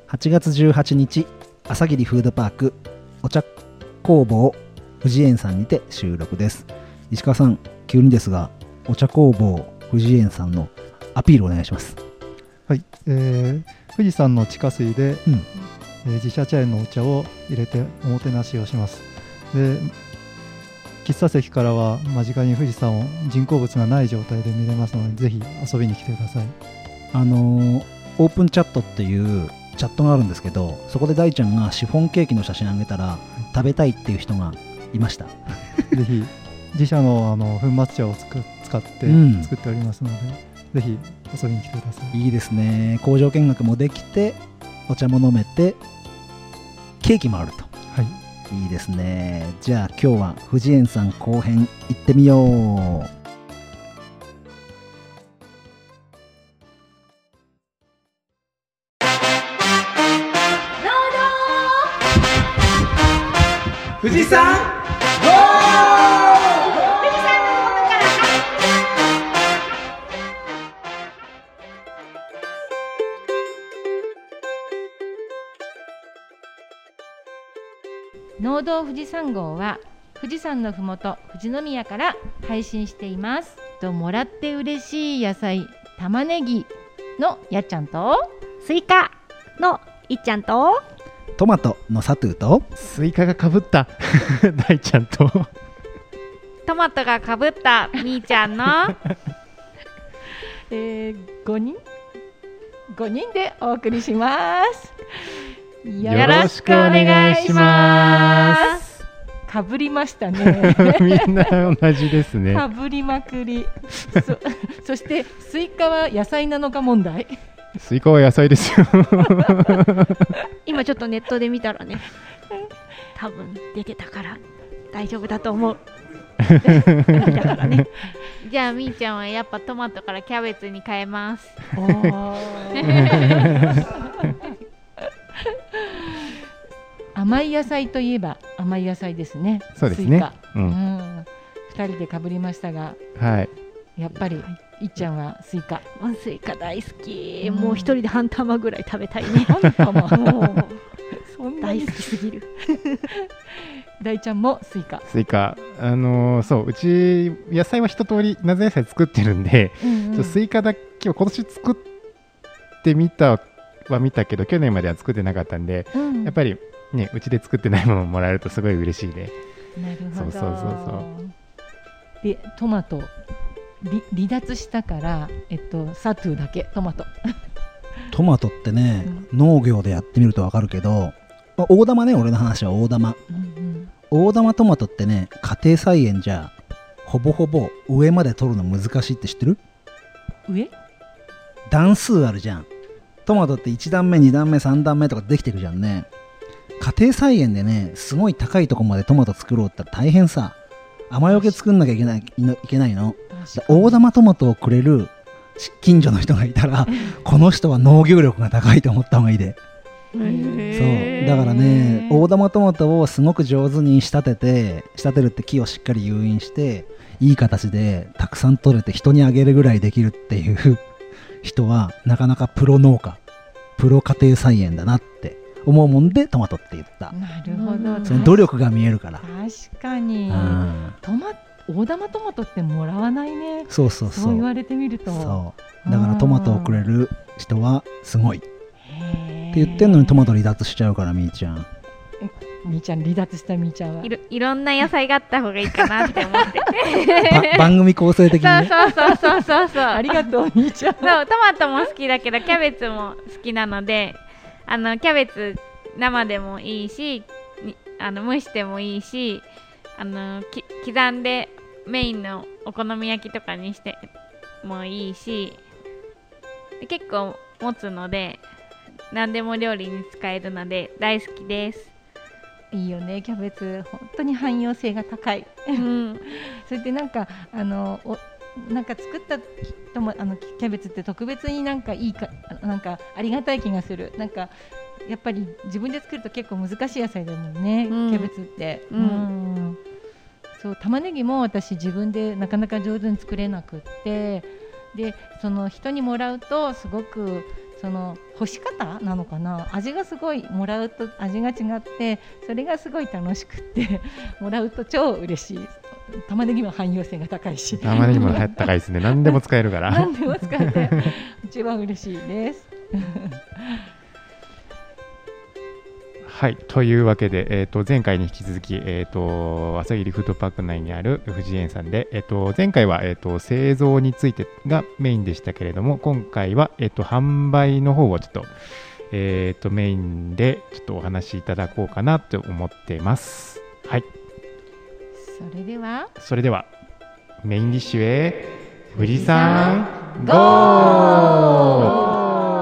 8月18日朝霧フードパークお茶工房藤園さんにて収録です。石川さん、急にですがお茶工房藤園さんのアピールお願いします。 はい、富士山の地下水で、自社茶園のお茶を入れておもてなしをします。で、喫茶席からは間近に富士山を人工物がない状態で見れますので、ぜひ遊びに来てください。 オープンチャットっていうチャットがあるんですけど、そこで大ちゃんがシフォンケーキの写真あげたら食べたいっていう人がいました。 ぜひ自社の、粉末茶を使って作っておりますので、ぜひ遊びに来てください。 いいですね。工場見学もできてお茶も飲めてケーキもあると。 はい、 いいですね。じゃあ今日は藤園さん後編行ってみよう。 富士山ゴー！富士山の麓から農道富士山号は富士山のふもと富士宮から配信しています。もらって嬉しい野菜玉ねぎのやっちゃんとスイカのいっちゃんとトマトのサトゥーとスイカがかぶった大ちゃんとトマトがかぶったみーちゃんの 5人でお送りします。 よろしくお願いします。 かぶりましたねみんな同じですね。 かぶりまくりそしてスイカは野菜なのか問題。 スイカは野菜ですよ今ちょっとネットで見たらね、多分出てたから大丈夫だと思うだからね。じゃあみーちゃんはやっぱトマトからキャベツに変えます。 甘い野菜といえば甘い野菜ですね。 そうですね。 スイカ、2人でかぶりましたが、 はい、やっぱりいっちゃんはスイカ。 スイカ大好き。もう一人で半玉ぐらい食べたいね。 半玉そんな大好きすぎる大ちゃんもスイカ。 そううち野菜は一通り夏野菜作ってるんで、スイカだけは今年作ってみたけど去年までは作ってなかったんで、やっぱりねうちで作ってないものをもらえるとすごい嬉しいね。 なるほど。 そうでトマト離脱したから、サトゥーだけトマトってね、農業でやってみると分かるけど、大玉ね、俺の話は大玉、大玉トマトってね、家庭菜園じゃほぼほぼ上まで取るの難しいって知ってる？ 上？ 段数あるじゃん。トマトって1段目2段目3段目とかできてるじゃんね。家庭菜園でね、すごい高いとこまでトマト作ろうって大変さ。雨よけ作んなきゃいけないの。大玉トマトをくれる近所の人がいたらこの人は農業力が高いと思った方がいいで。そうだからね、大玉トマトをすごく上手に仕立てるって木をしっかり誘引していい形でたくさん取れて人にあげるぐらいできるっていう人はなかなかプロ農家、プロ家庭菜園だなって思うもんでトマトって言った。 なるほど。 その努力が見えるから。 確かに、大玉トマトってもらわないね。そう言われてみると。そうだからトマトをくれる人はすごいって言ってんのにトマト離脱しちゃうから。みーちゃん離脱したみーちゃんはいろんな野菜があった方がいいかなって思って番組構成的にね。 そうありがとうみーちゃん。 そう、トマトも好きだけどキャベツも好きなので、キャベツ生でもいいし蒸してもいいし、刻んでメインのお好み焼きとかにしてもいいし、結構持つので何でも料理に使えるので大好きです。 いいよね、キャベツ本当に汎用性が高い、それでなんか作ったキャベツって特別になんかいいかなんかありがたい気がする。なんかやっぱり自分で作ると結構難しい野菜だもんね、キャベツって、そう玉ねぎも私自分でなかなか上手に作れなくって、でその人にもらうとすごくその干し方なのかな、味がすごいもらうと味が違って、それがすごい楽しくってもらうと超嬉しい。玉ねぎも汎用性が高いし、 玉ねぎも高いですね。何でも使えるから何でも使えて一番嬉しいですはい、というわけで、前回に引き続き、朝霧フードパーク内にある藤園さんで、前回は、製造についてがメインでしたけれども、今回は、販売の方をちょっと、メインでちょっとお話しいただこうかなと思っています。はい。それではメインディッシュへ富士山ゴー。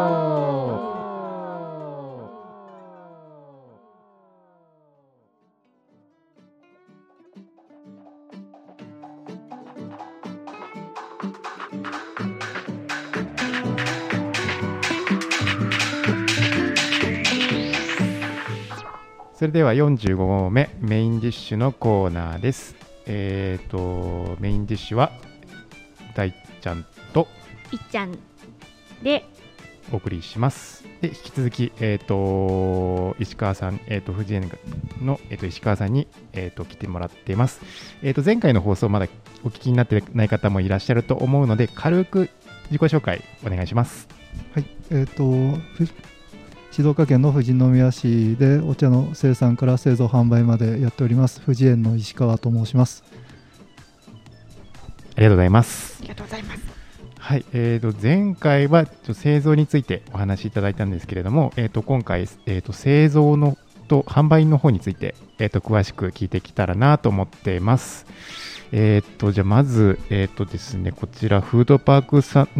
それでは45号目メインディッシュのコーナーです。メインディッシュは大ちゃんといっちゃんでお送りします。で引き続き、石川さん、藤園の、石川さんに、来てもらっています。前回の放送まだお聞きになってない方もいらっしゃると思うので、軽く自己紹介お願いします。 はい、静岡県の富士宮市でお茶の生産から製造販売までやっております藤園の石川と申します。 ありがとうございます。 ありがとうございます。 はい、前回は製造についてお話しいただいたんですけれども、今回、製造のと販売の方について、詳しく聞いてきたらなと思っています。じゃあまず、ですね、こちらフードパークさ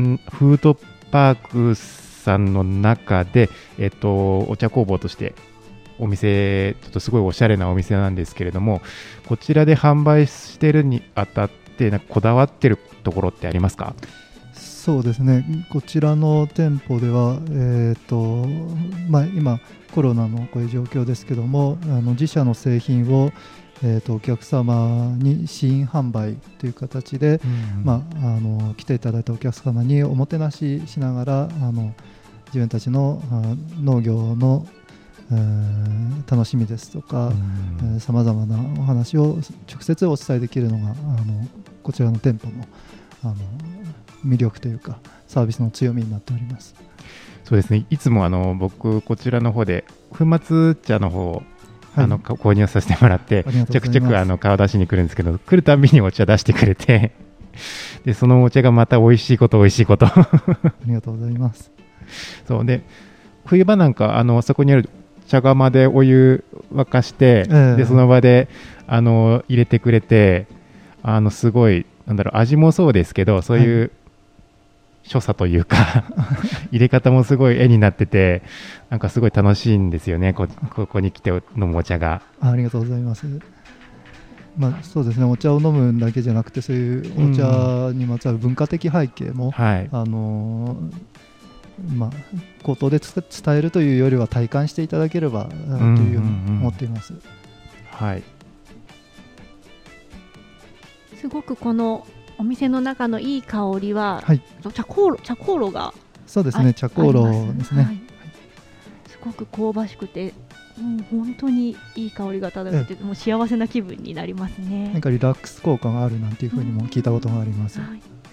んの中で、お茶工房としてお店、ちょっとすごいおしゃれなお店なんですけれども、こちらで販売してるにあたってなんかこだわってるところってありますか？ そうですね、こちらの店舗では、今コロナのこういう状況ですけども、自社の製品を、お客様に試飲販売という形で、来ていただいたお客様におもてなししながら自分たちの農業の楽しみですとかさまざまなお話を直接お伝えできるのがこちらの店舗の魅力というかサービスの強みになっております。 そうですね、いつも僕こちらの方で粉末茶の方を購入させてもらってちょくちょく顔出しに来るんですけど、来るたびにお茶出してくれてでそのお茶がまた美味しいことありがとうございます。 そうで冬場なんかそこにある茶釜でお湯沸かして、でその場で入れてくれてすごい味もそうですけど、そういう所作というか入れ方もすごい絵になってて、なんかすごい楽しいんですよね、ここに来て飲むお茶が。 ありがとうございます。そうですね、お茶を飲むだけじゃなくて、そういうお茶にまつわる文化的背景も、口頭で伝えるというよりは体感していただければというように思っています。 はい。 すごくこのお店の中のいい香りは、茶香炉がそうですね、茶香炉ですね、 すごく香ばしくて、本当にいい香りが漂ってて、もう幸せな気分になりますね。 なんかリラックス効果があるなんていうふうにも聞いたことがあります。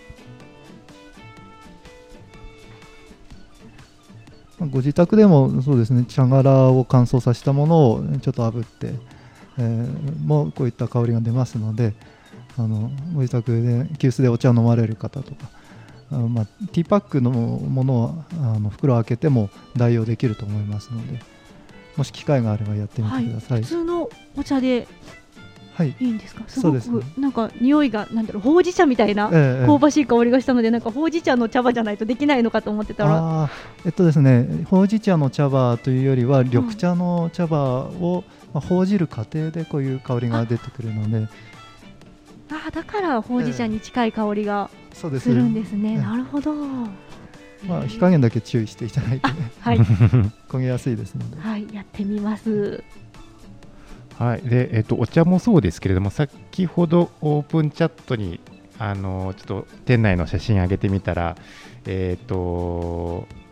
ご自宅でもそうですね、茶殻を乾燥させたものをちょっと炙って、もうこういった香りが出ますので、ご自宅で急須でお茶を飲まれる方とか、ティーパックのものを袋を開けても代用できると思いますので、もし機会があればやってみてください。 普通のお茶でいいんですか？すごくそうですね、 なんか匂いがほうじ茶みたいな香ばしい香りがしたので、なんかほうじ茶の茶葉じゃないとできないのかと思ってたら、 ですね、ほうじ茶の茶葉というよりは緑茶の茶葉をほうじる過程でこういう香りが出てくるので、 だからほうじ茶に近い香りがするんですね。なるほど。 火加減だけ注意していただいて、焦げやすいですので、 やってみます。 はい。で、お茶もそうですけれども、先ほどオープンチャットにちょっと店内の写真上げてみたら、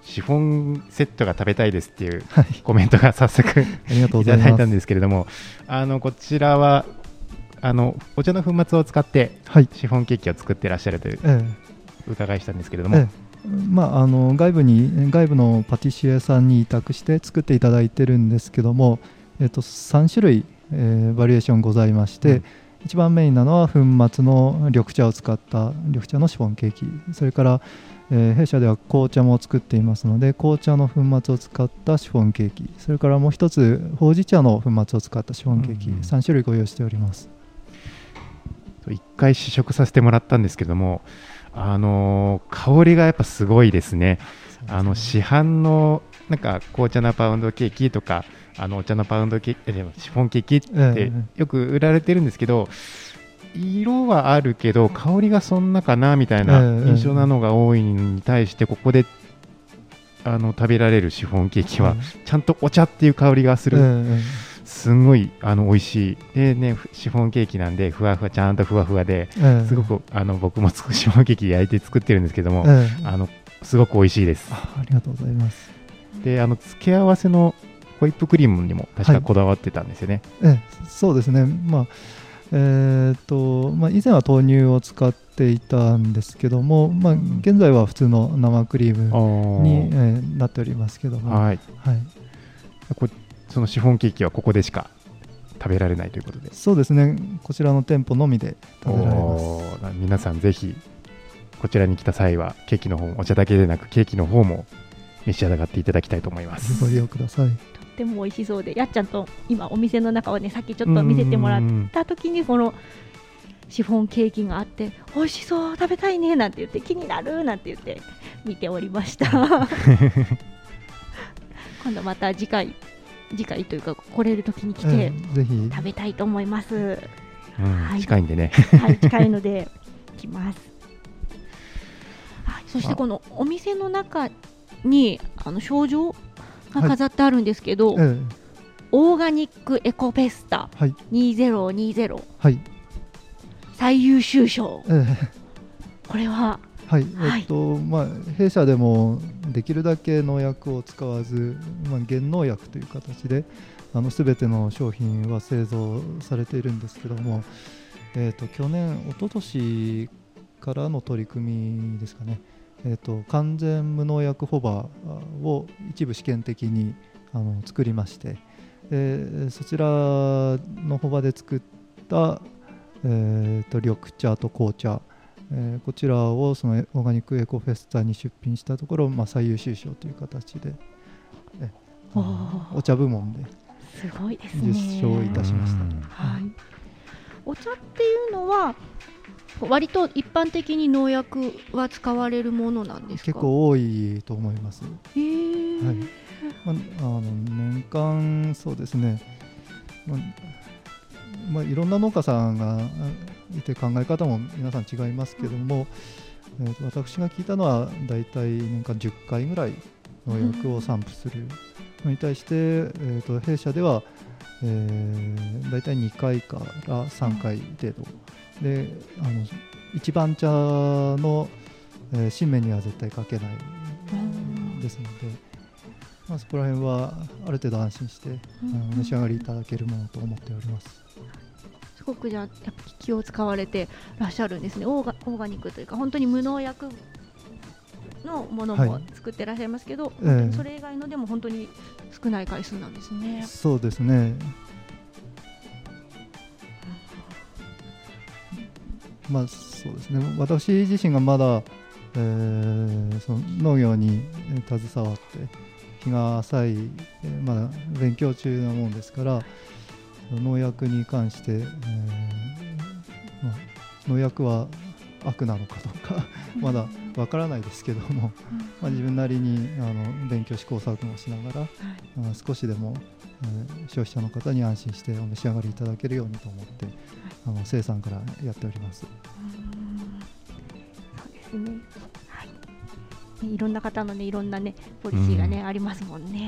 シフォンセットが食べたいですっていうコメントが早速いただいたんですけれども、こちらはお茶の粉末を使ってシフォンケーキを作ってらっしゃるという伺いしたんですけれども、 外部のパティシエさんに委託して作っていただいてるんですけども、3種類、バリエーションございまして、一番メインなのは粉末の緑茶を使った緑茶のシフォンケーキ、それから、弊社では紅茶も作っていますので紅茶の粉末を使ったシフォンケーキ、それからもう一つほうじ茶の粉末を使ったシフォンケーキ、3種類ご用意しております。 1回試食させてもらったんですけども、香りがやっぱすごいですね。市販のなんか紅茶のパウンドケーキとかお茶のパウンドケーキ、シフォンケーキってよく売られてるんですけど、色はあるけど香りがそんなかなみたいな印象なのが多いに対して、ここで食べられるシフォンケーキはちゃんとお茶っていう香りがする、すんごい美味しいでね、シフォンケーキなんでふわふわ、ちゃんとふわふわで、すごく僕もシフォンケーキ焼いて作ってるんですけども、すごく美味しいです。 ありがとうございます。 で付け合わせのホイップクリームにも確かこだわってたんですよね。 そうですね、以前は豆乳を使っていたんですけども、現在は普通の生クリームに、なっておりますけども、 そのシフォンケーキはここでしか食べられないということで。 そうですね、こちらの店舗のみで食べられます。 皆さんぜひこちらに来た際はケーキの方も、お茶だけでなくケーキの方も召し上がっていただきたいと思います。 ご利用ください。 とっても美味しそうで、やっちゃんと今お店の中をね、さっきちょっと見せてもらった時にこのシフォンケーキがあって、美味しそう、食べたいねなんて言って、気になるなんて言って見ておりました今度また次回というか来れる時に来て、 ぜひ食べたいと思います。 近いんでね近いので来ますそしてこのお店の中に賞状が飾ってあるんですけど、オーガニックエコフェスタ2020、最優秀賞、これは弊社でもできるだけ農薬を使わず、減農薬という形で全ての商品は製造されているんですけども、去年、一昨年からの取り組みですかね、完全無農薬ホバーを一部試験的に作りまして、そちらのホバーで作った、緑茶と紅茶、こちらをそのオーガニックエコフェスタに出品したところ、最優秀賞という形でお茶部門ですごいですね、 受賞いたしました。 お茶っていうのは割と一般的に農薬は使われるものなんですか？ 結構多いと思います。年間そうですね、いろんな農家さんがいて考え方も皆さん違いますけども、私が聞いたのはだいたい年間10回ぐらい農薬を散布するのに対して、弊社では、だいたい2回から3回程度で、一番茶の、新芽には絶対かけないですので、そこら辺はある程度安心して、召し上がりいただけるものと思っております。 すごくじゃあやっぱ気を使われてらっしゃるんですね。オーガニックというか本当に無農薬のものも作ってらっしゃいますけど、それ以外のでも本当に少ない回数なんですね。 そうですね。そうですね、私自身がまだ、その農業に携わって日が浅い、まだ勉強中なもんですから、農薬に関して、農薬は悪なのかどうかまだわからないですけども、自分なりに勉強試行錯誤しながら、少しでも、消費者の方に安心してお召し上がりいただけるようにと思って、生産からやっております。 そうですね、いろんな方のね、いろんなねポリシーがね、ありますもんね。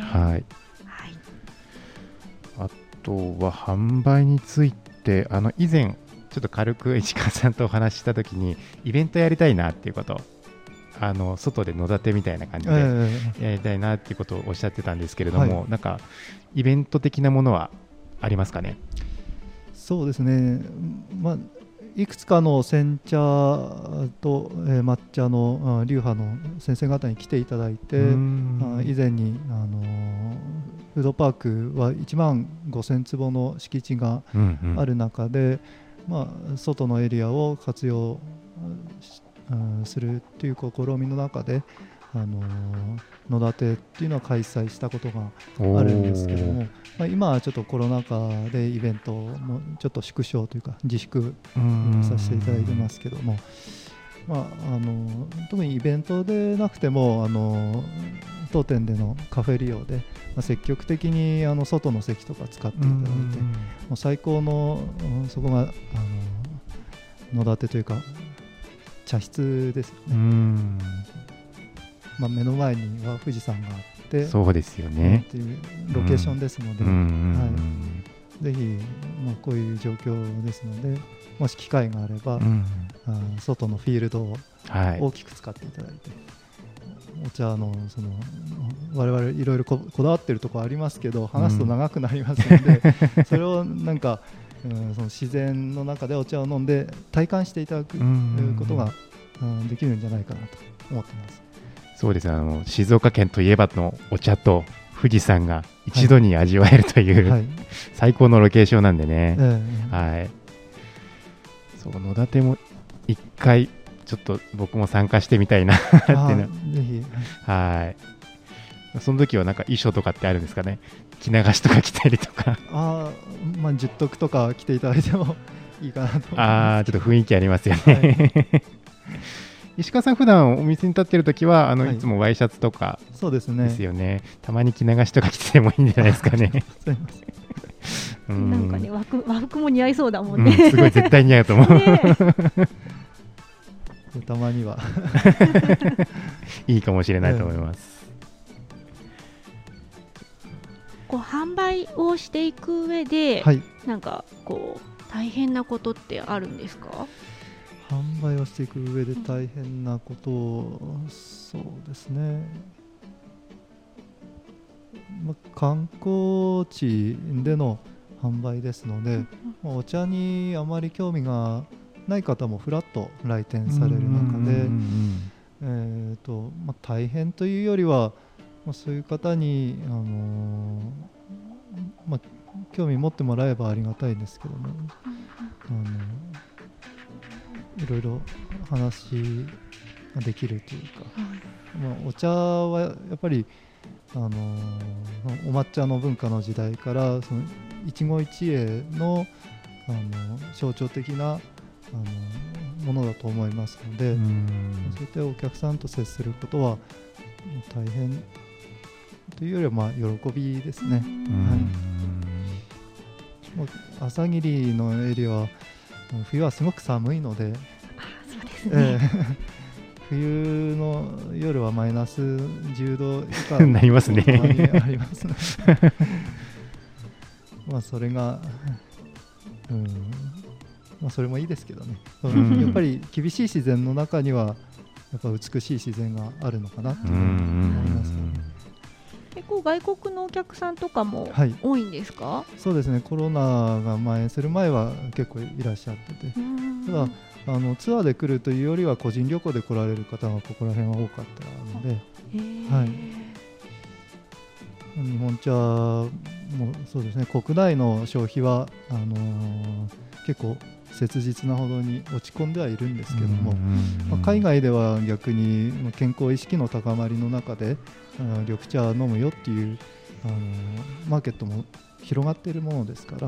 あとは販売について、以前ちょっと軽く石川さんとお話ししたときにイベントやりたいなっていうことを外で野立てみたいな感じでやりたいなっていうことをおっしゃってたんですけれども、なんかイベント的なものはありますかね。 そうですね、いくつかの煎茶と、抹茶の流派の先生方に来ていただいて、以前にフードパークは1万5000坪の敷地がある中で、外のエリアを活用するという試みの中で野立てっていうのは開催したことがあるんですけども、今はちょっとコロナ禍でイベントもちょっと縮小というか自粛させていただいてますけども、特にイベントでなくても当店でのカフェ利用で積極的に外の席とか使っていただいて、もう最高のそこが野立てというか茶室ですよね。目の前には富士山があって、 そうですよね、 っていうロケーションですので、ぜひ、こういう状況ですので、もし機会があれば、外のフィールドを大きく使っていただいて、お茶の我々いろいろこだわってるところありますけど、話すと長くなりますので、それをなんかその自然の中でお茶を飲んで体感していただくことができるんじゃないかなと思ってます。 そうです、静岡県といえばのお茶と富士山が一度に味わえるという、最高のロケーションなんでね、そう野立も一回ちょっと僕も参加してみたいなっていうの、ぜひ、 その時はなんか衣装とかってあるんですかね。着流しとか着たりとか十徳とか着ていただいてもいいかなと思います。 ちょっと雰囲気ありますよね、石川さん普段お店に立ってる時はいつもワイシャツとかですよね。たまに着流しとか着てもいいんじゃないですかね。 なんかね、和服も似合いそうだもんね、 すごい絶対似合うと思う、 たまにはいいかもしれないと思います。 販売をしていく上で、なんか大変なことってあるんですか？ 販売をしていく上で大変なこと、そうですね、観光地での販売ですので、お茶にあまり興味がない方もふらっと来店される中で、大変というよりは、そういう方に、興味持ってもらえばありがたいんですけども、いろいろ話ができるというか、お茶はやっぱりお抹茶の文化の時代からその一期一会の象徴的なものだと思いますので、そういったお客さんと接することは大変というよりは喜びですね。朝霧のエリアは冬はすごく寒いので、冬の夜はマイナス10度以下なりますね。 ありますね。それが、それもいいですけどね。やっぱり厳しい自然の中にはやっぱ美しい自然があるのかなと思いますね。 結構外国のお客さんとかも多いんですか？ そうですね、コロナが蔓延する前は結構いらっしゃってて、ただツアーで来るというよりは個人旅行で来られる方がここら辺は多かったので、日本茶もそうですね、国内の消費は結構切実なほどに落ち込んではいるんですけども、海外では逆に健康意識の高まりの中で緑茶飲むよっていうマーケットも広がっているものですから、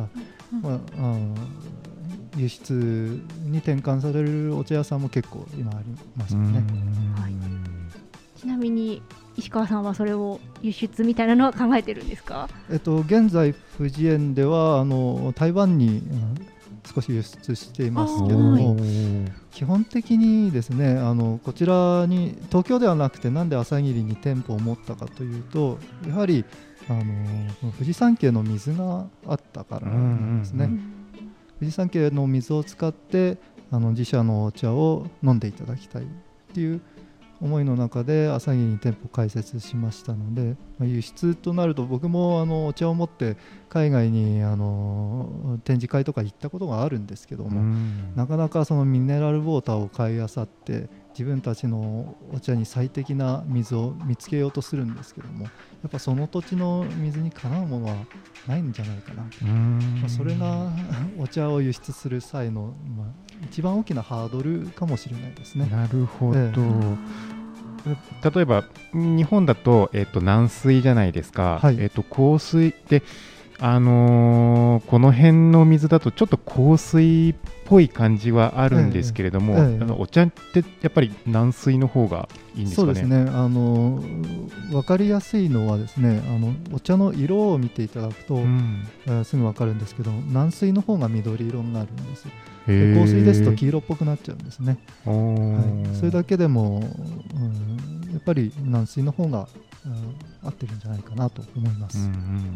輸出に転換されるお茶屋さんも結構今ありますよね。 ちなみに石川さんはそれを輸出みたいなのは考えてるんですか？ 現在富士園では台湾に少し輸出していますけども、基本的にですね、こちらに東京ではなくてなんで朝霧に店舗を持ったかというと、やはり富士山系の水があったからなんですね。富士山系の水を使って自社のお茶を飲んでいただきたいっていう思いの中で朝霧に店舗開設しましたので、輸出となると僕もお茶を持って海外に展示会とか行ったことがあるんですけども、なかなかそのミネラルウォーターを買い漁って自分たちのお茶に最適な水を見つけようとするんですけども、やっぱその土地の水にかなうものはないんじゃないかな。それがお茶を輸出する際の、一番大きなハードルかもしれないですね。 なるほど、例えば日本だと、軟水じゃないですか、はい、硬水で、この辺の水だとちょっと硬水っぽい感じはあるんですけれども、お茶ってやっぱり軟水の方がいいんですかね。 そうですね、分かりやすいのはですね、お茶の色を見ていただくと、すぐ分かるんですけど、軟水の方が緑色になるんです。硬水ですと黄色っぽくなっちゃうんですね。はい、それだけでも、やっぱり軟水の方が、合ってるんじゃないかなと思います。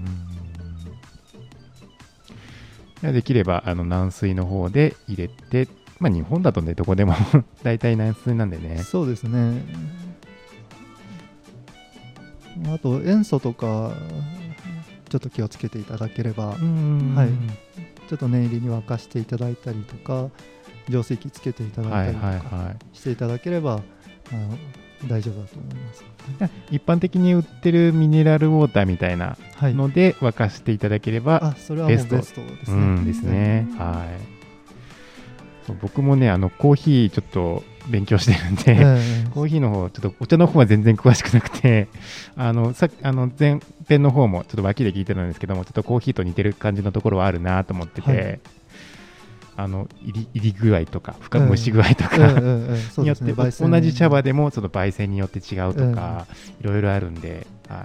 できれば軟水の方で入れて、日本だとねどこでも大体軟水なんでね。 そうですね。あと塩素とかちょっと気をつけていただければ、はい、ちょっと念入りに沸かしていただいたりとか、浄水器つけていただいたりとかしていただければ、大丈夫だと思います。 一般的に売ってるミネラルウォーターみたいなので沸かしていただければそれはもうベストですね。 ですね。はい。そう、僕もねコーヒーちょっと勉強してるんで、コーヒーの方ちょっとお茶の方は全然詳しくなくて、前編の方もちょっと脇で聞いてたんですけども、ちょっとコーヒーと似てる感じのところはあるなと思ってて、入り具合とか深蒸し具合とかによって同じ茶葉でもその焙煎によって違うとかいろいろあるんで、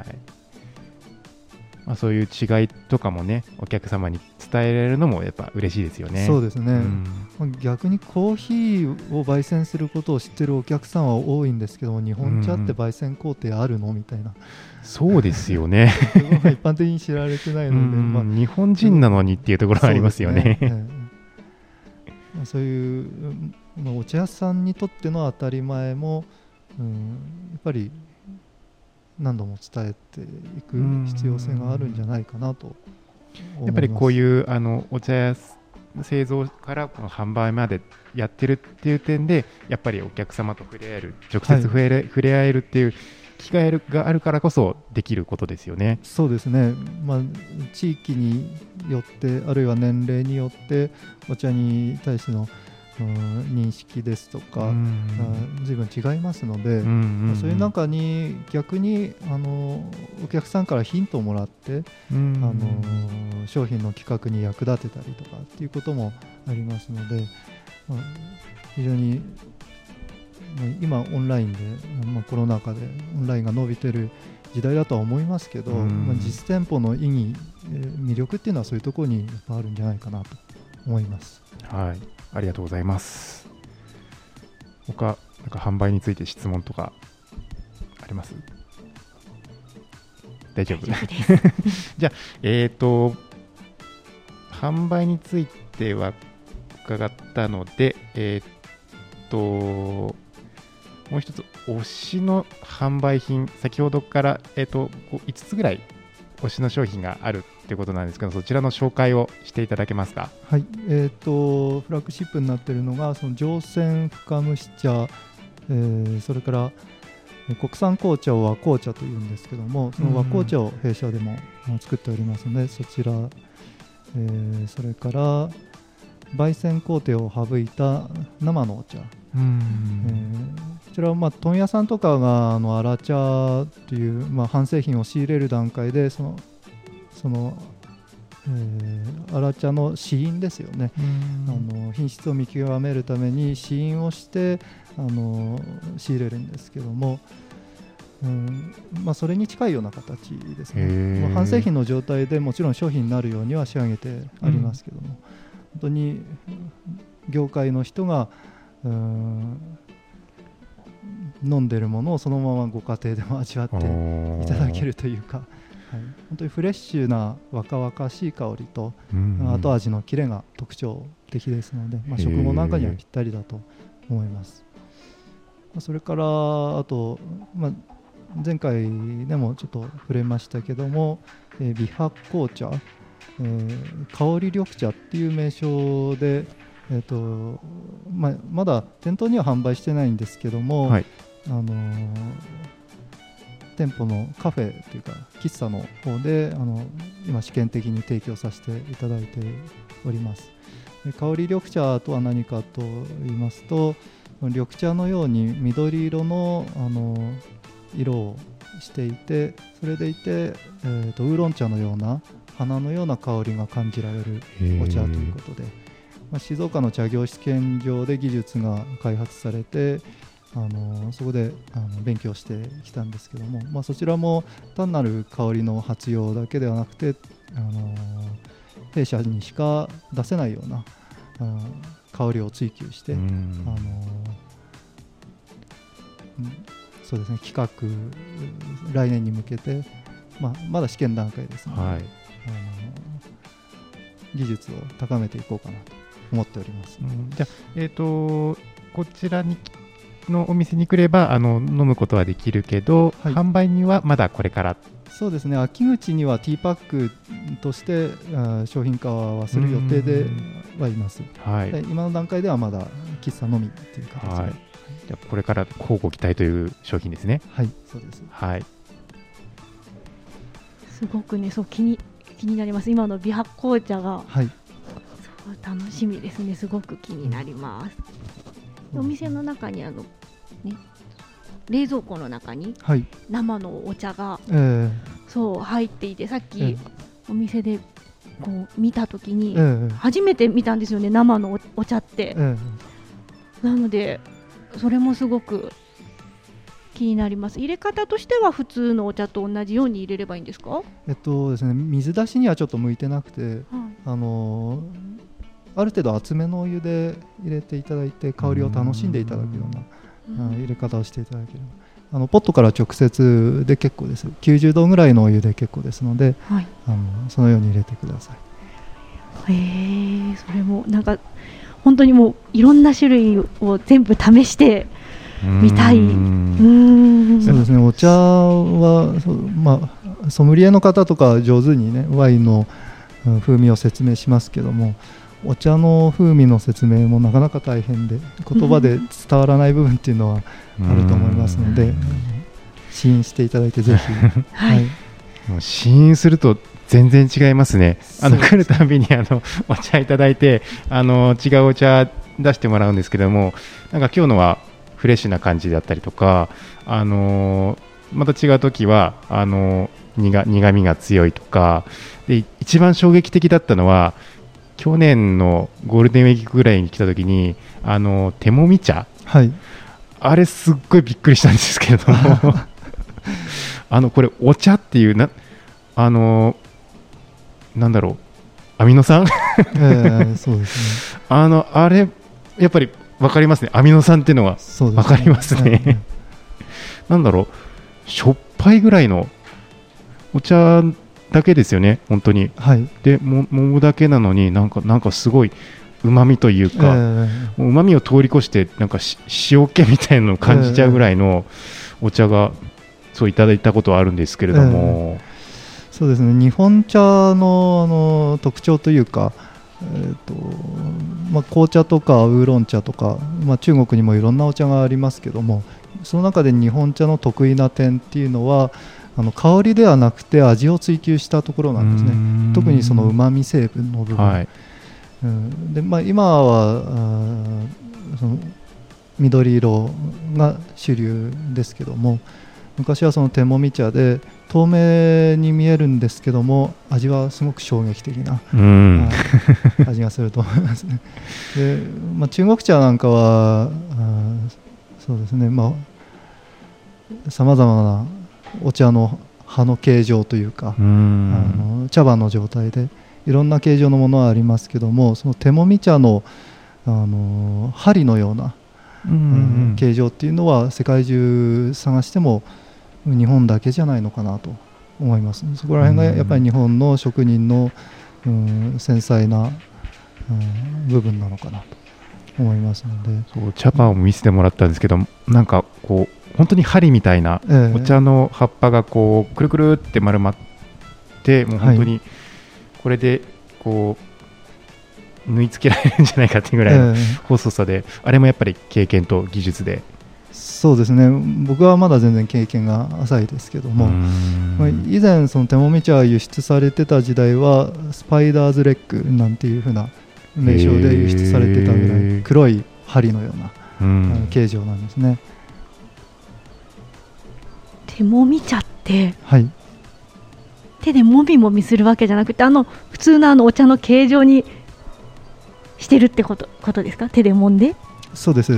そういう違いとかもねお客様に伝えられるのもやっぱ嬉しいですよね。 そうですね、逆にコーヒーを焙煎することを知ってるお客さんは多いんですけども、日本茶って焙煎工程あるのみたいな。 そうですよね一般的に知られてないので、日本人なのにっていうところがありますよね。 そういうお茶屋さんにとっての当たり前も、やっぱり何度も伝えていく必要性があるんじゃないかなと思います。 やっぱりこういうお茶屋製造からこの販売までやってるっていう点で、やっぱりお客様と触れ合える、直接触れ合えるっていう機会があるからこそできることですよね。 そうですね、地域によってあるいは年齢によってお茶に対しての認識ですとか随分違いますので、そういう中に逆にお客さんからヒントをもらって商品の企画に役立てたりとかっていうこともありますので、非常に今オンラインで、コロナ禍でオンラインが伸びてる時代だとは思いますけど、実店舗の意義、魅力っていうのはそういうところにやっぱあるんじゃないかなと思います。 はい、ありがとうございます。他なんか販売について質問とかあります？大丈夫じゃあ販売については伺ったので、もう一つ推しの販売品、先ほどから5つぐらい推しの商品があるということなんですけど、そちらの紹介をしていただけますか？ はい、フラッグシップになっているのがその上泉深蒸し茶、それから国産紅茶を和紅茶というんですけども、その和紅茶を弊社でも作っておりますので、そちら、それから焙煎工程を省いた生のお茶、こちらは問屋さんとかが荒茶という、半製品を仕入れる段階でその荒茶の試飲ですよね、品質を見極めるために試飲をして仕入れるんですけども、それに近いような形ですね。半製品の状態でもちろん商品になるようには仕上げてありますけども、本当に業界の人が飲んでるものをそのままご家庭でも味わっていただけるというか、本当にフレッシュな若々しい香りと、後味のキレが特徴的ですので、食後なんかにはぴったりだと思います。 それからあと、前回でもちょっと触れましたけども、微発酵茶、香り緑茶っていう名称で、まだ店頭には販売してないんですけども、はい、店舗のカフェというか喫茶の方で今試験的に提供させていただいております。香り緑茶とは何かと言いますと、緑茶のように緑色の色をしていて、それでいて、ウーロン茶のような花のような香りが感じられるお茶ということで、静岡の茶業試験場で技術が開発されて、そこで勉強してきたんですけども、そちらも単なる香りの発揚だけではなくて、弊社にしか出せないような香りを追求して、そうですね、企画来年に向けて、まだ試験段階ですので、はい、技術を高めていこうかなと思っております。 じゃあ、こちらのお店に来れば飲むことはできるけど、はい、販売にはまだこれから。 そうですね、秋口にはティーパックとして商品化はする予定ではいます。はい、今の段階ではまだ喫茶のみという形で、はい、 じゃあこれから乞うご期待という商品ですね。 はい、そうです。 はい。 すごくね、そう気になります。今の微発酵茶が、はい、そう楽しみですね。すごく気になります。お店の中に冷蔵庫の中に生のお茶が、そう入っていて、さっきお店でこう見たときに初めて見たんですよね、生のお茶って、なのでそれもすごく気になります。入れ方としては普通のお茶と同じように入れればいいんですか？ ですね、水出しにはちょっと向いてなくて、はい、ある程度厚めのお湯で入れていただいて香りを楽しんでいただくような入れ方をしていただければ、ポットから直接で結構です。90度ぐらいのお湯で結構ですので、はい、そのように入れてください。 それもなんか本当にもういろんな種類を全部試してみたい。 そうですね、お茶はソムリエの方とか上手にねワインの風味を説明しますけども、お茶の風味の説明もなかなか大変で、言葉で伝わらない部分っていうのはあると思いますので、試飲していただいてぜひはい、 もう試飲すると全然違いますね。来るたびにお茶いただいて違うお茶出してもらうんですけども、なんか今日のはフレッシュな感じだったりとか、また違う時は苦みが強いとかで、一番衝撃的だったのは去年のゴールデンウィークぐらいに来た時に手もみ茶、はい、あれすっごいびっくりしたんですけれどもこれお茶っていうなんだろう、アミノ酸そうですね、 あれやっぱり分かりますね。アミノ酸っていうのは分かりますね。なんだろう、しょっぱいぐらいのお茶だけですよね、本当に。はい、でもむだけなのになんかすごいうまみというか、うまみを通り越してなんか塩気みたいなのを感じちゃうぐらいのお茶がそういただいたことはあるんですけれども、 そうですね、日本茶の特徴というか、紅茶とかウーロン茶とか、中国にもいろんなお茶がありますけども、その中で日本茶の得意な点っていうのは香りではなくて味を追求したところなんですね。特にそのうまみ成分の部分、はい、で今はその緑色が主流ですけども、昔はその手もみ茶で透明に見えるんですけども、味はすごく衝撃的な味がすると思いますね。で、中国茶なんかはそうですね、さまざまなお茶の葉の形状というか、茶葉の状態でいろんな形状のものはありますけども、その手もみ茶の、針のような、形状っていうのは世界中探しても日本だけじゃないのかなと思います。そこら辺がやっぱり日本の職人の繊細な部分なのかなと思いますので、 そう茶葉を見せてもらったんですけど、なんかこう本当に針みたいな、お茶の葉っぱがこうくるくるって丸まって、もう本当にこれでこう縫い付けられるんじゃないかっていうぐらいの細さで、あれもやっぱり経験と技術で。 そうですね、僕はまだ全然経験が浅いですけども、以前その手もみ茶が輸出されてた時代はスパイダーズレッグなんていう風な名称で輸出されてたぐらい黒い針のような形状なんですね。 手もみ茶って、 はい、 手でもみもみするわけじゃなくて、普通のお茶の形状にしてるってことですか？手でもんで。 そうです。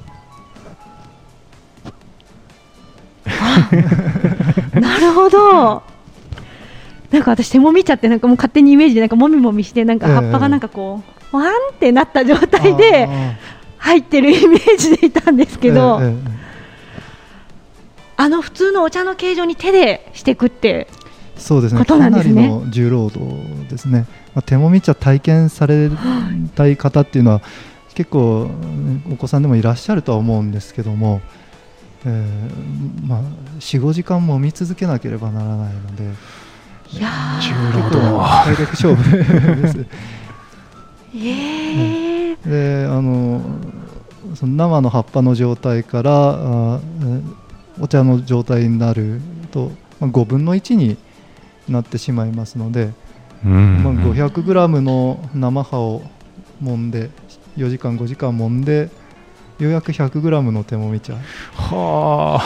なるほど。なんか私手もみ茶ってなんかもう勝手にイメージでなんかもみもみして、なんか葉っぱがなんかこうワンってなった状態で入ってるイメージでいたんですけど、普通のお茶の形状に手でしていくってそうですね、 ことなんですね。 かなりの重労働ですね。手もみ茶体験されたい方っていうのは結構お子さんでもいらっしゃるとは思うんですけども、4、5時間も見続けなければならないので、 いや結構体力勝負です。でその生の葉っぱの状態からお茶の状態になると、5分の1になってしまいますので、500g の生葉を揉んで4時間5時間揉んでようやく 100g の手もみ茶が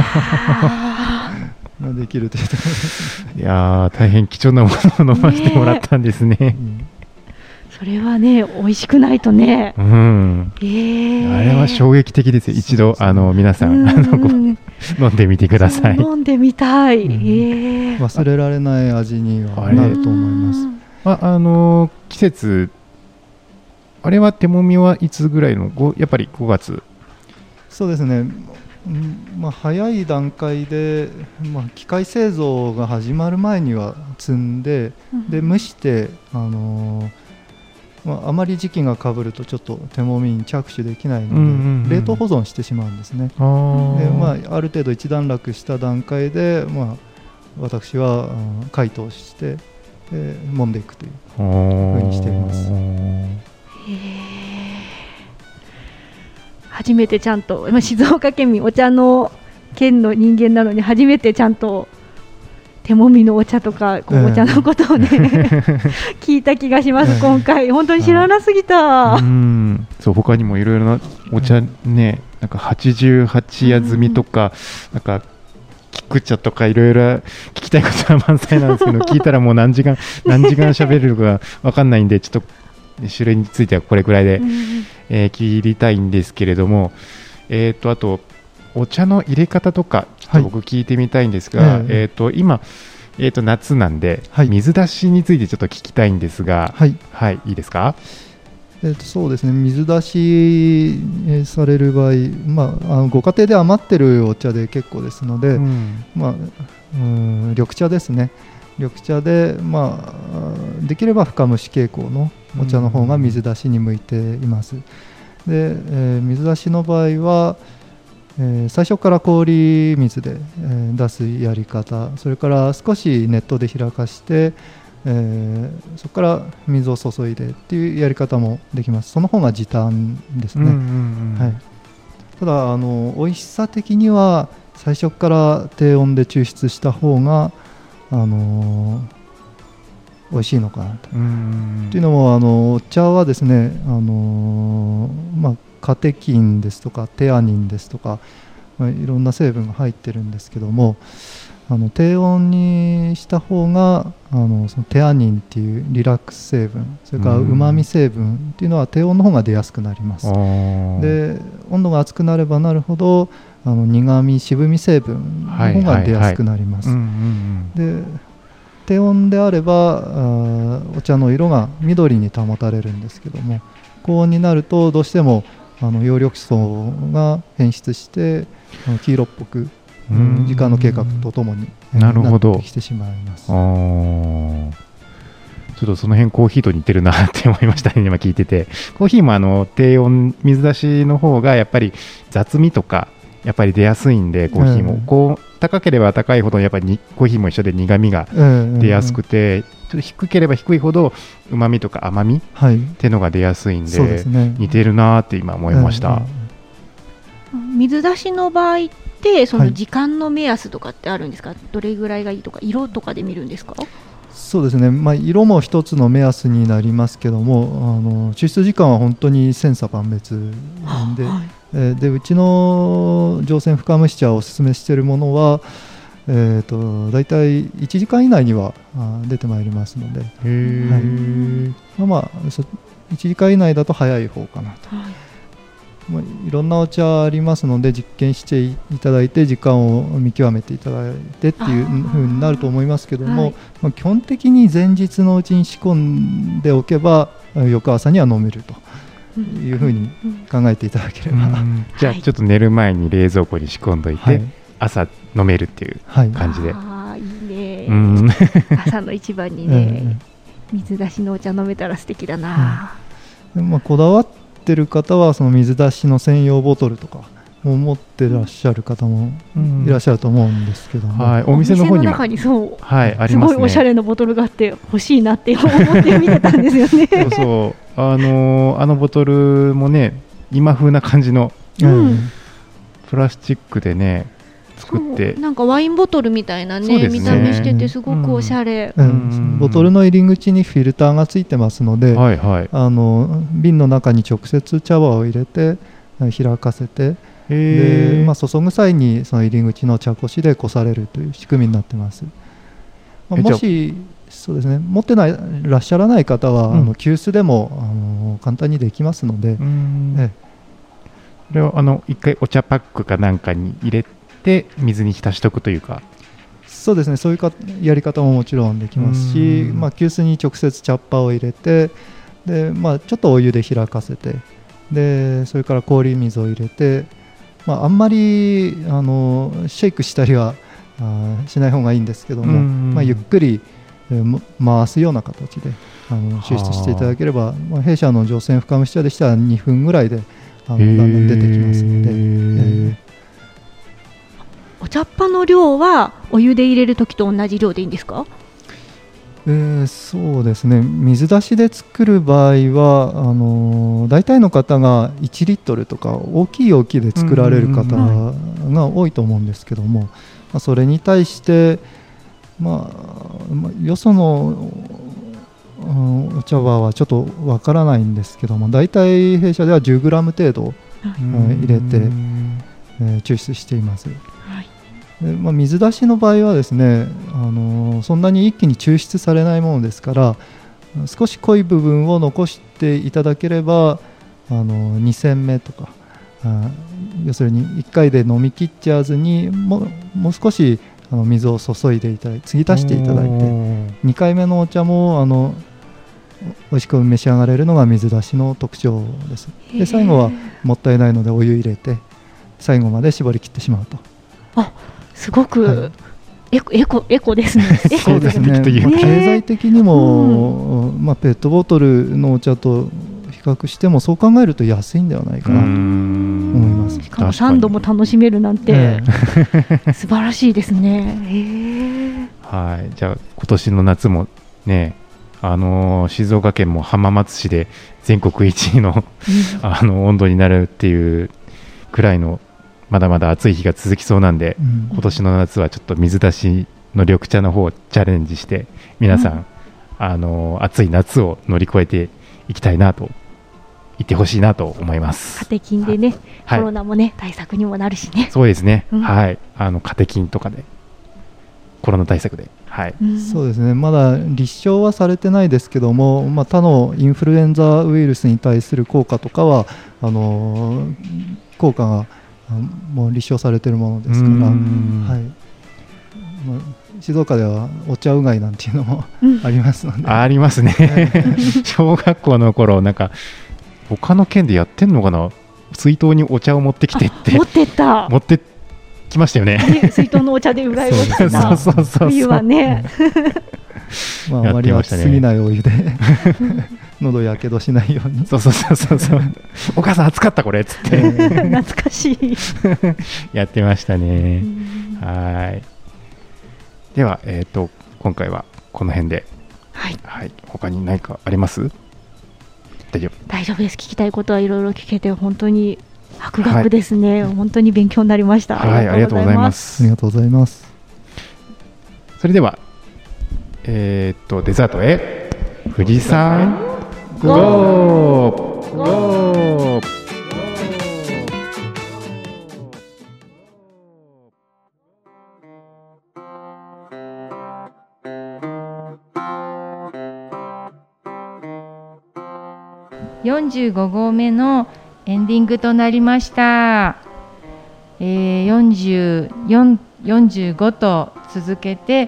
できるというところです。 いや大変貴重なものを飲ませてもらったんですね。 それはね、美味しくないとね。あれは衝撃的ですよ。一度皆さん飲んでみてください。 飲んでみたい。 忘れられない味にはなると思います。季節あれは手もみはいつぐらいのやっぱり5月。 そうですね、早い段階で、機械製造が始まる前には摘んで、で蒸して、あまり時期がかぶるとちょっと手もみに着手できないので、冷凍保存してしまうんですね。である程度一段落した段階で、私は解凍して揉んでいくというふうにしています。 初めてちゃんと、静岡県民お茶の県の人間なのに初めてちゃんと手もみのお茶とかお茶のことをね聞いた気がします。今回本当に知らなすぎた。 そう他にもいろいろなお茶ね、なんか88夜摘みとか、なんか菊茶とかいろいろ聞きたいことは満載なんですけど聞いたらもう何時間喋れるか分かんないんで、ちょっと種類についてはこれくらいで、切りたいんですけれども、あとお茶の入れ方とかちょっと僕聞いてみたいんですが、今、夏なんで、水出しについてちょっと聞きたいんですが、いいですか？ そうですね、水出しされる場合、ご家庭で余ってるお茶で結構ですので、緑茶ですね。緑茶で、できれば深蒸し傾向のお茶の方が水出しに向いています。で、水出しの場合は、最初から氷水で、出すやり方、それから少し熱湯で開かして、そこから水を注いでっていうやり方もできます。その方が時短ですね。ただ美味しさ的には最初から低温で抽出した方が美味しいのかなと。というのもお茶はですね、カテキンですとかテアニンですとか、いろんな成分が入ってるんですけども、低温にした方がそのテアニンっていうリラックス成分、それからうまみ成分っていうのは低温の方が出やすくなります。で温度が熱くなればなるほど苦み渋み成分の方が出やすくなります。で低温であればお茶の色が緑に保たれるんですけども、高温になるとどうしても葉緑素が変質して黄色っぽく時間の経過とともになってきてしまいます。 ちょっとその辺コーヒーと似てるなって思いましたね、今聞いてて。コーヒーも低温水出しの方がやっぱり雑味とかやっぱり出やすいんで、コーヒーもこう高ければ高いほどやっぱりコーヒーも一緒で苦みが出やすくて、ちょっと低ければ低いほどうまみとか甘みっていうのが出やすいんで、似てるなって今思いました。 水出しの場合ってその時間の目安とかってあるんですか？どれぐらいがいいとか色とかで見るんですか？ そうですね、色も一つの目安になりますけども、抽出時間は本当に千差万別なんで、でうちの上泉深蒸し茶をおすすめしているものは、だいたい1時間以内には出てまいりますので、1時間以内だと早い方かなと。いろんなお茶ありますので実験していただいて時間を見極めていただいてっていう風になると思いますけども、基本的に前日のうちに仕込んでおけば翌朝には飲めるという風に考えていただければ、 じゃあちょっと寝る前に冷蔵庫に仕込んどいて、朝飲めるっていう感じで、 いいね、朝の一番にね、水出しのお茶飲めたら素敵だな。 こだわってる方はその水出しの専用ボトルとかも持ってらっしゃる方もいらっしゃると思うんですけども、 お店の方にも、ありますね、すごいおしゃれなボトルがあって欲しいなって思って見てたんですよね。 そうあのボトルもね、今風な感じの、プラスチックでね作って、 なんかワインボトルみたいなね、見た目しててすごくおしゃれ。 ボトルの入り口にフィルターがついてますので、瓶の中に直接茶葉を入れて開かせて、で注ぐ際にその入り口の茶こしでこされるという仕組みになってます。もしそうですね、持ってないらっしゃらない方は、急須でも簡単にできますので、 これを一回お茶パックかなんかに入れて水に浸しとくというか。 そうですね、そういうやり方ももちろんできますし、急須に直接茶っ葉を入れて、で、ちょっとお湯で開かせて、でそれから氷水を入れて、あんまりシェイクしたりはしない方がいいんですけども、ゆっくり回すような形で抽出していただければ、弊社の上泉深蒸し茶でしたら2分ぐらいでだんだん出てきますので。 お茶っ葉の量はお湯で入れるときと同じ量でいいんですか？ そうですね、水出しで作る場合は大体の方が1リットルとか大きい容器で作られる方が多いと思うんですけども、それに対してよそのお茶葉はちょっとわからないんですけども、大体弊社では 10g 程度入れて抽出しています。水出しの場合はですね、そんなに一気に抽出されないものですから、少し濃い部分を残していただければ2煎目とか、要するに1回で飲み切っちゃわずにもう少し水を注いでいただいて、継ぎ足していただいて、2回目のお茶も美味しく召し上がれるのが水出しの特徴です。で最後はもったいないのでお湯入れて最後まで絞り切ってしまうと。 すごく、エコですね。 そうですね、経済的にも、ペットボトルのお茶と比較してもそう考えると安いんではないかなと思います。 しかも3度も楽しめるなんて、素晴らしいですね。 はい、じゃあ今年の夏もね、静岡県も浜松市で全国1位の温度になるっていうくらいのまだまだ暑い日が続きそうなんで、今年の夏はちょっと水出しの緑茶の方をチャレンジして皆さん、暑い夏を乗り越えていきたいなと言ってほしいなと思います。 カテキンでね、コロナもね、対策にもなるしね。 そうですね、はい、カテキンとかでコロナ対策で、 そうですね、まだ立証はされてないですけども、他のインフルエンザウイルスに対する効果とかは効果がもう立証されているものですから、静岡ではお茶うがいなんていうのもありますので、 ありますね小学校の頃なんか他の県でやってんのかな、水筒にお茶を持ってきてって持って来ましたよね。 水筒のお茶でうがいをしてた冬はね。 まあ、あまり熱すぎないお湯で喉やけどしないように。 そうお母さん暑かったこれっつって懐かしいやってましたね。はい。では今回はこの辺で、はい、他に何かあります？大丈夫です。聞きたいことはいろいろ聞けて本当に博学ですね、はい、本当に勉強になりました。 はい、ありがとうございます。 ありがとうございます。 それではデザートへ富士山ゴー。 45号目のエンディングとなりました。44、45と続けて、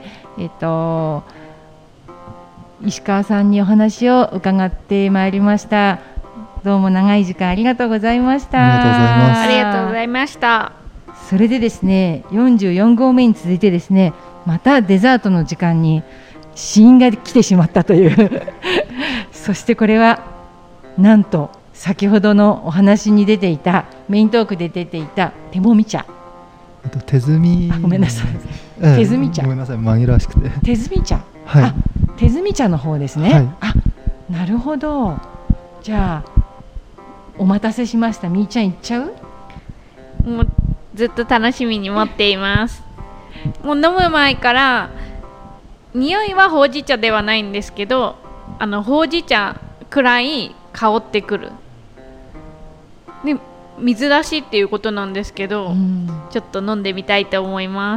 石川さんにお話を伺ってまいりました。どうも長い時間ありがとうございました。 ありがとうございました。 それでですね、44号目に続いてですね、またデザートの時間に試飲が来てしまったというそしてこれはなんと先ほどのお話に出ていたメイントークで出ていた手もみ茶、 手摘み、 ごめんなさい、手摘み茶、 ごめんなさい、紛らわしくて手摘み茶、 はい、 手摘み茶の方ですね、 はい、 なるほど。じゃあお待たせしました。みーちゃんいっちゃう？ もうずっと楽しみに待っていますもう飲む前から匂いはほうじ茶ではないんですけど、ほうじ茶くらい香ってくるで、水出しっていうことなんですけど、ちょっと飲んでみたいと思います。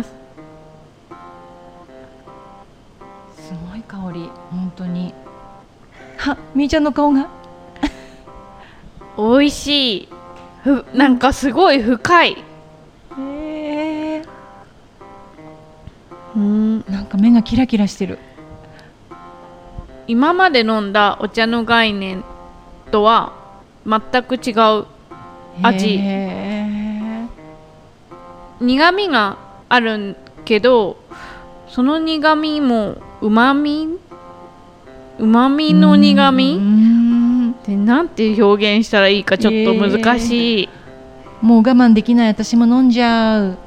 すごい香り、本当に。みーちゃんの顔が美味しい。なんかすごい深い。 なんか目がキラキラしてる。 今まで飲んだお茶の概念とは全く違う味。苦味があるけど、その苦味もうまみの苦味で、なんて表現したらいいかちょっと難しい。 もう我慢できない。私も飲んじゃう。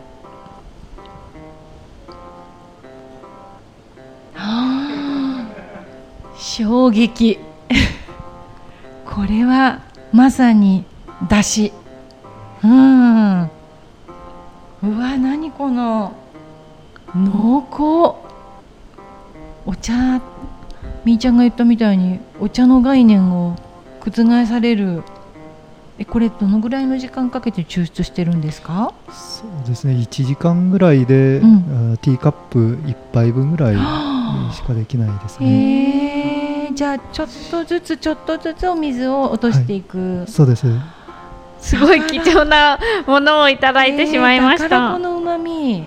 衝撃これはまさにだし。うわ、何この濃厚。お茶、みーちゃんが言ったみたいにお茶の概念を覆される。これどのぐらいの時間かけて抽出してるんですか？ そうですね、1時間ぐらいで、ティーカップ1杯分ぐらいしかできないですね。 じゃあちょっとずつお水を落としていく、 はい、そうです。 すごい貴重なものをいただいてしまいました。 だからこのうまみ。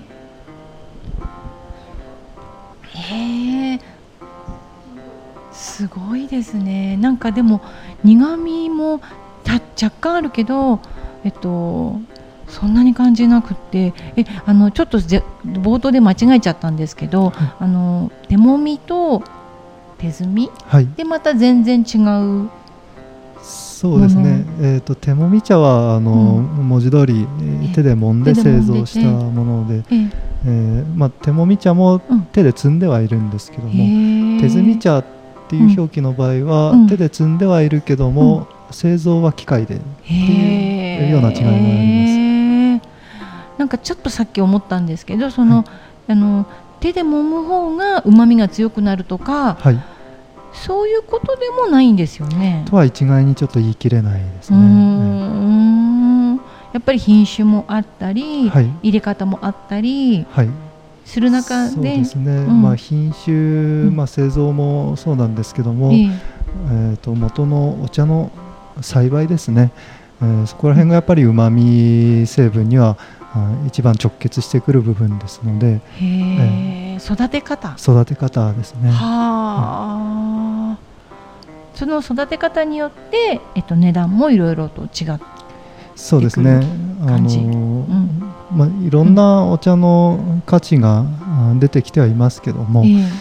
すごいですね。なんかでも苦味も若干あるけど、そんなに感じなくて、ちょっと冒頭で間違えちゃったんですけど、手もみと手摘み、はい、でまた全然違う。 そうですね、手もみ茶は文字通り手で揉んで製造したもので、手もみ茶も手で摘んではいるんですけども、手摘み茶っていう表記の場合は、手で摘んではいるけども、製造は機械でっていうような違いがあります。 なんかちょっとさっき思ったんですけど、その、手で揉む方がうまみが強くなるとか、はい、そういうことでもないんですよね。 とは一概にちょっと言い切れないですね。 やっぱり品種もあったり、はい、入れ方もあったり、はい、する中で、そうですね、品種、製造もそうなんですけども、元のお茶の栽培ですね、そこら辺がやっぱりうまみ成分には一番直結してくる部分ですので、 育て方ですね。 その育て方によって、値段もいろいろと違ってそうですね、 いろんなお茶の価値が出てきてはいますけども、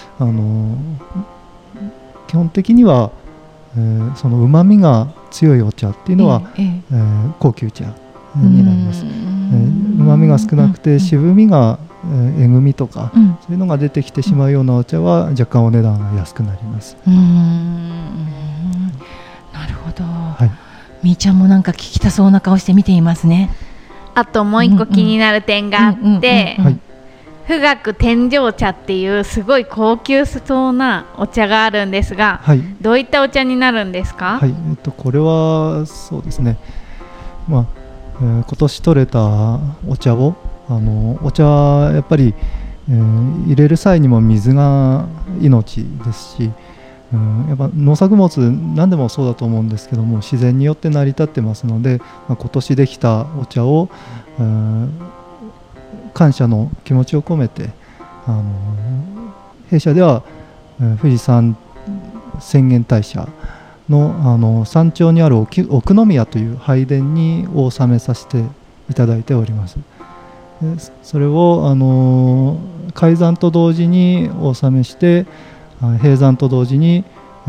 基本的には、その旨味が強いお茶っていうのは、高級茶になります。旨味が少なくて渋みが、えぐみとか、そういうのが出てきてしまうようなお茶は若干お値段が安くなります。 なるほど、みーちゃんもなんか聞きたそうな顔して見ていますね。 あともう一個気になる点があって、富岳天井茶っていうすごい高級そうなお茶があるんですが、どういったお茶になるんですか？ これはそうですね、今年取れたお茶をお茶はやっぱり、入れる際にも水が命ですし、やっぱ農作物何でもそうだと思うんですけども、自然によって成り立ってますので、今年できたお茶を、感謝の気持ちを込めて、弊社では、富士山浅間大社の、山頂にある奥宮という拝殿にお納めさせていただいております。それを開山と同時にお納めして、閉山と同時に、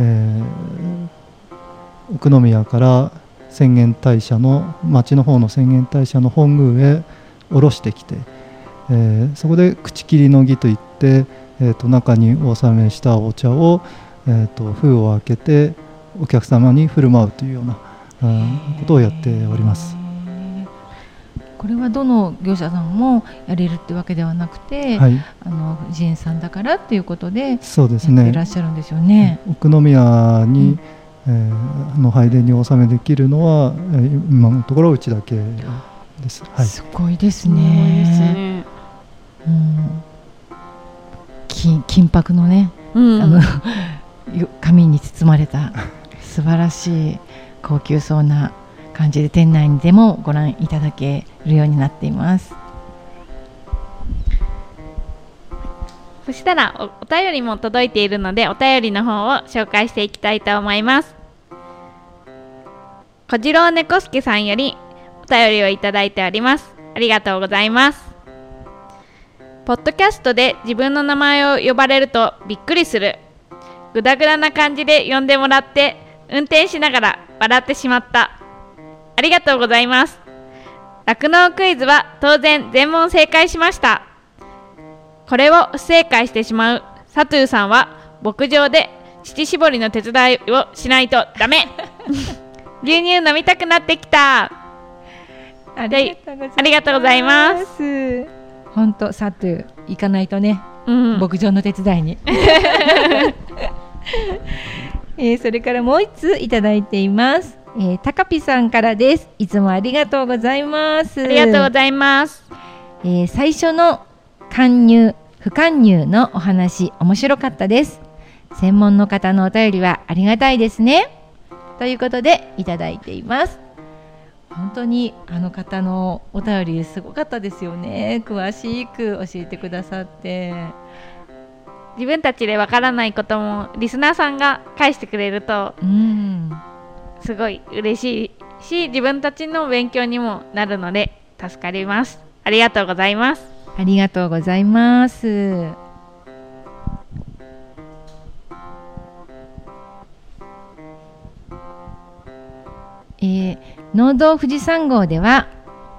奥宮から浅間大社の町の方の浅間大社の本宮へ下ろしてきて、そこで口切りの儀といって、中にお納めしたお茶を、封を開けてお客様に振る舞うというようなことをやっております。 これはどの業者さんもやれるってわけではなくて、富士園さんだからっていうことでやっていらっしゃるんですよね。 奥宮に、の拝殿にお納めできるのは、今のところうちだけです。 すごいですね。金箔のね、紙に包まれた素晴らしい高級そうな感じで店内でもご覧いただけるようになっています。 そしたら お便りも届いているので、お便りの方を紹介していきたいと思います。小次郎猫助さんよりお便りをいただいております。ありがとうございます。ポッドキャストで自分の名前を呼ばれるとびっくりする。グダグダな感じで呼んでもらって運転しながら笑ってしまった。ありがとうございます。酪農クイズは当然全問正解しました。これを不正解してしまうサトゥーさんは牧場で乳搾りの手伝いをしないとダメ。牛乳飲みたくなってきた。ありがとうございます。 本当サトゥー行かないとね、牧場の手伝いに。それからもう1通いただいています。たかぴさんからです。いつもありがとうございます。 ありがとうございます。 最初の貫入不貫入のお話面白かったです。専門の方のお便りはありがたいですね、ということでいただいています。本当にあの方のお便りすごかったですよね。詳しく教えてくださって、 自分たちでわからないこともリスナーさんが返してくれると、すごい嬉しいし、自分たちの勉強にもなるので助かります。ありがとうございます。 ありがとうございます。農道富士山号では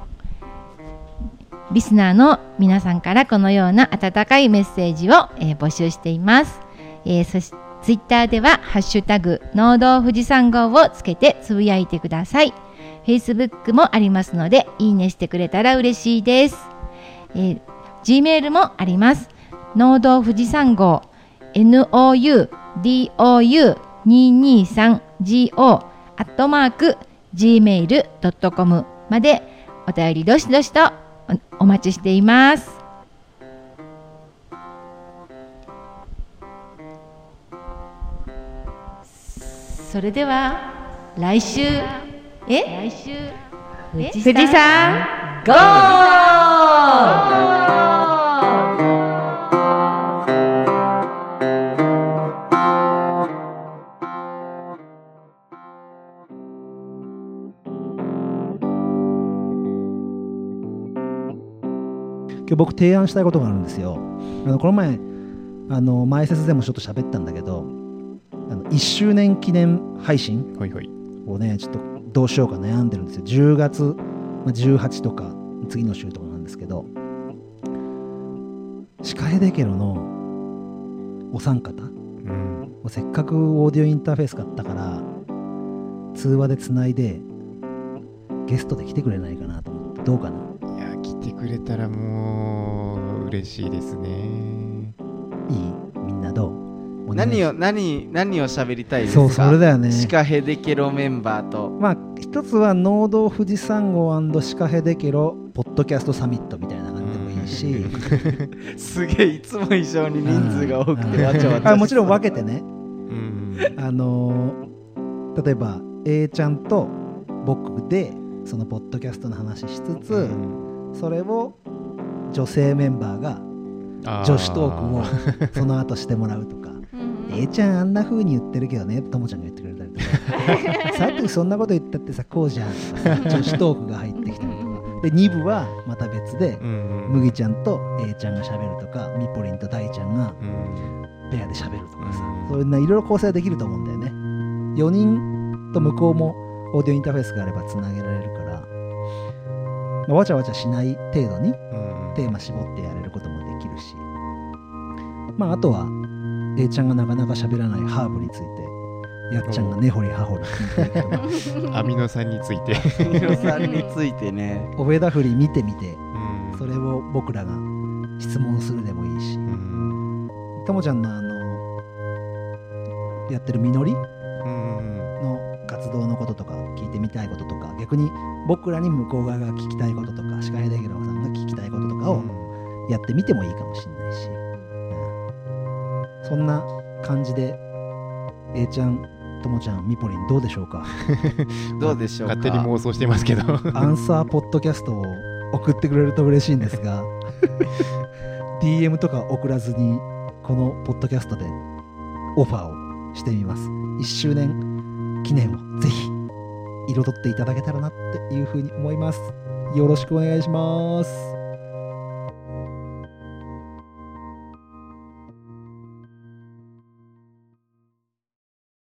リスナーの皆さんからこのような温かいメッセージを、募集しています。そしてツイッターではハッシュタグ農道富士山号をつけてつぶやいてください。フェイスブックもありますのでいいねしてくれたら嬉しいです。G メールもあります。農道富士山号 noudou223go@gmail.com までお便りどしどしとお待ちしています。それでは来週富士山ゴー！ 日僕提案したいことがあるんですよ。この前前説でもちょっと喋ったんだけど、1周年記念配信をね、ちょっとどうしようか悩んでるんですよ。10月18とか次の週とかなんですけど、シカヘデケロのお三方、せっかくオーディオインターフェース買ったから通話でつないでゲストで来てくれないかなと思って、どうかな。 いや、来てくれたらもう嬉しいですね。 いい？みんなどう？ 何を喋りたいですか？ そう、それだよね。 シカヘデケロメンバーと、 まあ一つは農道富士山号&シカヘデケロポッドキャストサミットみたいな感じでもいいしすげえいつも以上に人数が多くてわちゃわちゃもちろん分けてね、例えば A ちゃんと僕でそのポッドキャストの話しつつ、それを女性メンバーが女子トークをその後してもらうとかA ちゃんあんな風に言ってるけどねともちゃんが言ってくれたりとかさっきそんなこと言ったってさこうじゃんとかさ女子トークが入ってきたりとかで、2部はまた別で麦ちゃんと A ちゃんが喋るとか、みぽりんと大ちゃんがペアで喋るとかさ、そういうのいろいろ構成できると思うんだよね。4人と向こうもオーディオインターフェースがあればつなげられるから、わちゃわちゃしない程度にテーマ絞ってやれることもできるし、あとは A ちゃんがなかなか喋らないハーブについてやっちゃんが根掘り葉掘り聞いてるとかアミノ酸についてアミノ酸についてね、 オベダフリ見てみて、それを僕らが質問するでもいいし、ともちゃんのやってる実りの活動のこととか聞いてみたいこととか、逆に僕らに向こう側が聞きたいこととか、シカヘデケロさんが聞きたいこととかをやってみてもいいかもしれないし、そんな感じで A ちゃん、ともちゃん、みぽりんどうでしょうかどうでしょうか。 勝手に妄想してますけどアンサーポッドキャストを送ってくれると嬉しいんですがDM とか送らずにこのポッドキャストでオファーをしてみます。1周年記念をぜひ彩っていただけたらなっていうふうに思います。よろしくお願いします。